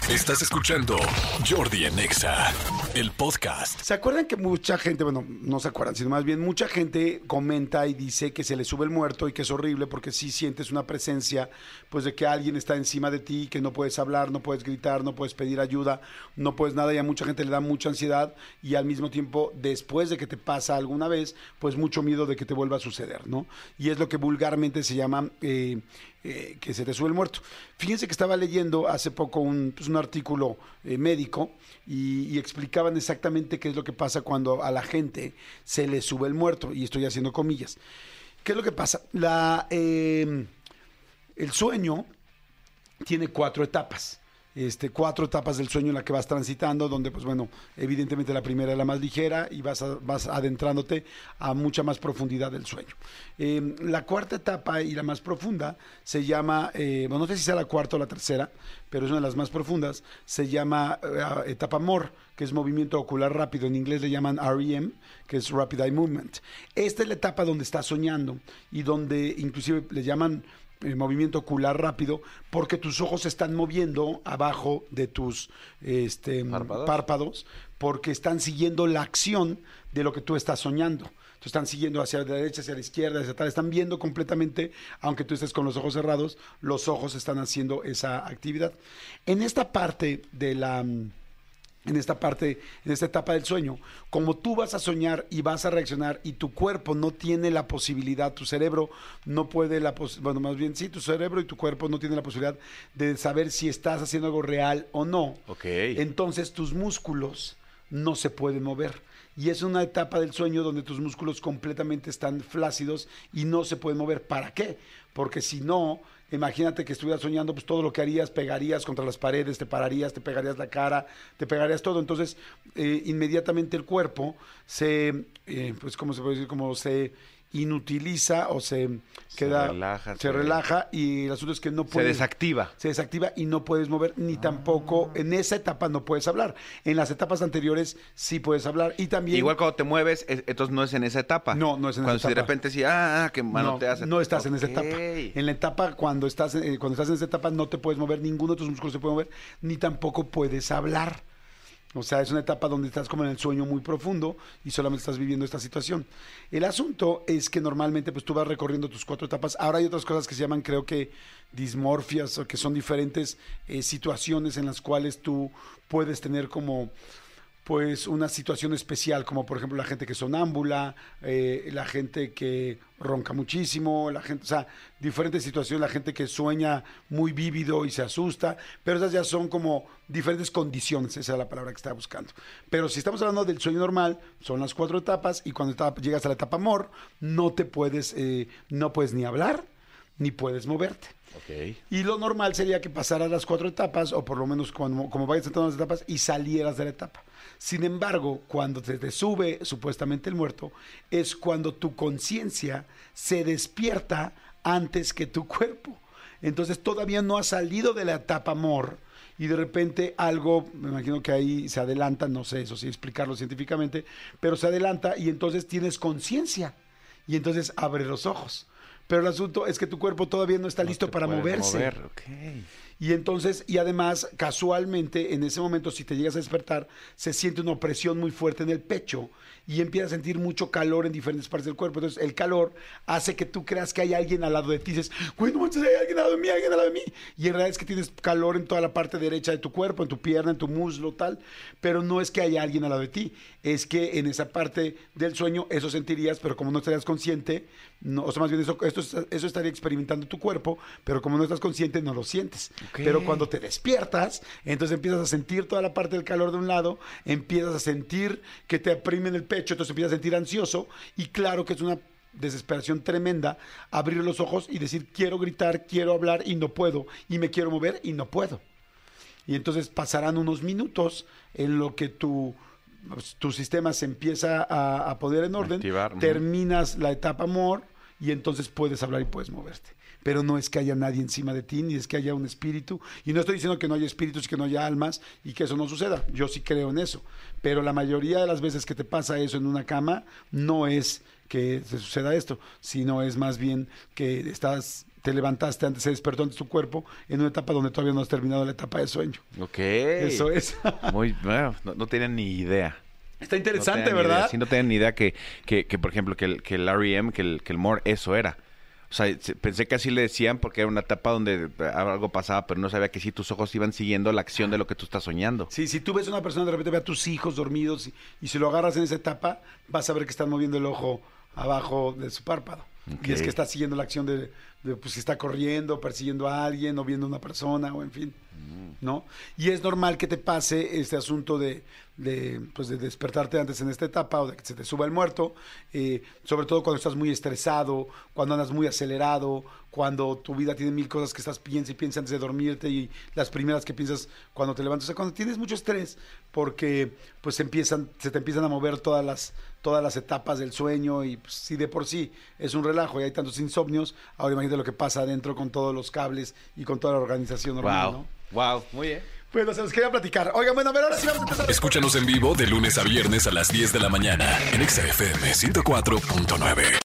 Estás escuchando Jordi en Exa, el podcast. ¿Se acuerdan que mucha gente, bueno, no se acuerdan, sino más bien mucha gente comenta y dice que se le sube el muerto y que es horrible porque sí sientes una presencia, pues de que alguien está encima de ti, que no puedes hablar, no puedes gritar, no puedes pedir ayuda, no puedes nada y a mucha gente le da mucha ansiedad y al mismo tiempo, después de que te pasa alguna vez, pues mucho miedo de que te vuelva a suceder, ¿no? Y es lo que vulgarmente se llama que se te sube el muerto. Fíjense que estaba leyendo hace poco un artículo médico y explicaban exactamente qué es lo que pasa cuando a la gente se le sube el muerto, y estoy haciendo comillas. ¿Qué es lo que pasa? El sueño tiene 4 etapas. 4 etapas del sueño en la que vas transitando, donde, pues bueno, evidentemente la primera es la más ligera y vas adentrándote a mucha más profundidad del sueño. La cuarta etapa y la más profunda se llama, bueno, no sé si sea la cuarta o la tercera, pero es una de las más profundas, se llama etapa MOR, que es movimiento ocular rápido, en inglés le llaman REM, que es Rapid Eye Movement. Esta es la etapa donde estás soñando y donde inclusive le llaman movimiento ocular rápido, porque tus ojos se están moviendo abajo de tus párpados, porque están siguiendo la acción de lo que tú estás soñando. Entonces están siguiendo hacia la derecha, hacia la izquierda, hacia tal, están viendo completamente, aunque tú estés con los ojos cerrados, los ojos están haciendo esa actividad. En esta parte de en esta etapa del sueño, como tú vas a soñar y vas a reaccionar y tu cuerpo no tiene la posibilidad, tu cerebro no puede, bueno, más bien sí, tu cerebro y tu cuerpo no tienen la posibilidad de saber si estás haciendo algo real o no. Okay. Entonces tus músculos no se pueden mover. Y es una etapa del sueño donde tus músculos completamente están flácidos y no se pueden mover. ¿Para qué? Porque si no, imagínate que estuvieras soñando, pues todo lo que harías, pegarías contra las paredes, te pararías, te pegarías la cara, te pegarías todo. Entonces, inmediatamente el cuerpo pues, ¿cómo se puede decir? Como se inutiliza o se relaja y el asunto es que no puedes... Se desactiva y no puedes mover, ni tampoco, en esa etapa no puedes hablar. En las etapas anteriores sí puedes hablar y también... Igual cuando te mueves, entonces no es en esa etapa. No es en esa etapa. Cuando de repente sí, qué mano te hace. No estás en esa etapa. En la etapa, cuando estás en esa etapa no te puedes mover, ninguno de tus músculos se puede mover, ni tampoco puedes hablar. O sea, es una etapa donde estás como en el sueño muy profundo y solamente estás viviendo esta situación. El asunto es que normalmente pues tú vas recorriendo tus 4 etapas. Ahora hay otras cosas que se llaman, creo que, dismorfias, o que son diferentes situaciones en las cuales tú puedes tener como... pues una situación especial, como por ejemplo la gente que sonámbula, la gente que ronca muchísimo, la gente, o sea, diferentes situaciones, la gente que sueña muy vívido y se asusta, pero esas ya son como diferentes condiciones, esa es la palabra que estaba buscando. Pero si estamos hablando del sueño normal, son las 4 etapas y cuando llegas a la etapa MOR, no puedes ni hablar, ni puedes moverte. Okay. Y lo normal sería que pasaras las 4 etapas, o por lo menos como vayas entrando las etapas, y salieras de la etapa. Sin embargo, cuando te sube supuestamente el muerto, es cuando tu conciencia se despierta antes que tu cuerpo. Entonces todavía no has salido de la etapa MOR, y de repente algo, me imagino que ahí se adelanta, no sé eso sí explicarlo científicamente, pero se adelanta y entonces tienes conciencia, y entonces abres los ojos. Pero el asunto es que tu cuerpo todavía no está listo para moverse. Okay. Y entonces, y además, casualmente, en ese momento, si te llegas a despertar, se siente una opresión muy fuerte en el pecho y empiezas a sentir mucho calor en diferentes partes del cuerpo. Entonces, el calor hace que tú creas que hay alguien al lado de ti. Dices, güey, no manches, hay alguien al lado de mí, alguien al lado de mí. Y en realidad es que tienes calor en toda la parte derecha de tu cuerpo, en tu pierna, en tu muslo, tal. Pero no es que haya alguien al lado de ti. Es que en esa parte del sueño eso sentirías, pero como no estarías consciente, no, o sea, más bien eso estaría experimentando tu cuerpo, pero como no estás consciente, no lo sientes. Okay. Pero cuando te despiertas, entonces empiezas a sentir toda la parte del calor de un lado, empiezas a sentir que te aprimen el pecho, entonces empiezas a sentir ansioso, y claro que es una desesperación tremenda abrir los ojos y decir, quiero gritar, quiero hablar y no puedo, y me quiero mover y no puedo. Y entonces pasarán unos minutos en lo que tu sistema se empieza a poner en orden, terminas la etapa MOR y entonces puedes hablar y puedes moverte. Pero no es que haya nadie encima de ti, ni es que haya un espíritu. Y no estoy diciendo que no haya espíritus y que no haya almas y que eso no suceda. Yo sí creo en eso. Pero la mayoría de las veces que te pasa eso en una cama, no es que te suceda esto, sino es más bien que estás te levantaste antes, se despertó antes tu cuerpo en una etapa donde todavía no has terminado la etapa de sueño. Ok. Eso es. Muy bueno, no tenían ni idea. Está interesante, no ¿verdad? Sí, no tenían ni idea que por ejemplo, que el R.E.M., que el More, eso era. O sea, pensé que así le decían porque era una etapa donde algo pasaba, pero no sabía que sí tus ojos iban siguiendo la acción de lo que tú estás soñando. Sí, si tú ves a una persona, de repente ve a tus hijos dormidos y si lo agarras en esa etapa, vas a ver que están moviendo el ojo abajo de su párpado. Okay. Y es que está siguiendo la acción de pues si está corriendo, persiguiendo a alguien o viendo a una persona o en fin, ¿no? Y es normal que te pase este asunto de despertarte antes en esta etapa o de que se te suba el muerto, sobre todo cuando estás muy estresado, cuando andas muy acelerado, cuando tu vida tiene mil cosas que estás piensa y piensa antes de dormirte y las primeras que piensas cuando te levantas, o sea, cuando tienes mucho estrés, porque pues se te empiezan a mover todas las etapas del sueño y pues, si de por sí es un relajo y hay tantos insomnios, ahora imagínate lo que pasa adentro con todos los cables y con toda la organización normal, ¿no? Wow, muy bien. Bueno, se los quería platicar. Oigan, bueno, a ver, ahora sí vamos a empezar. Escúchanos en vivo de lunes a viernes a las 10 de la mañana en XFM 104.9.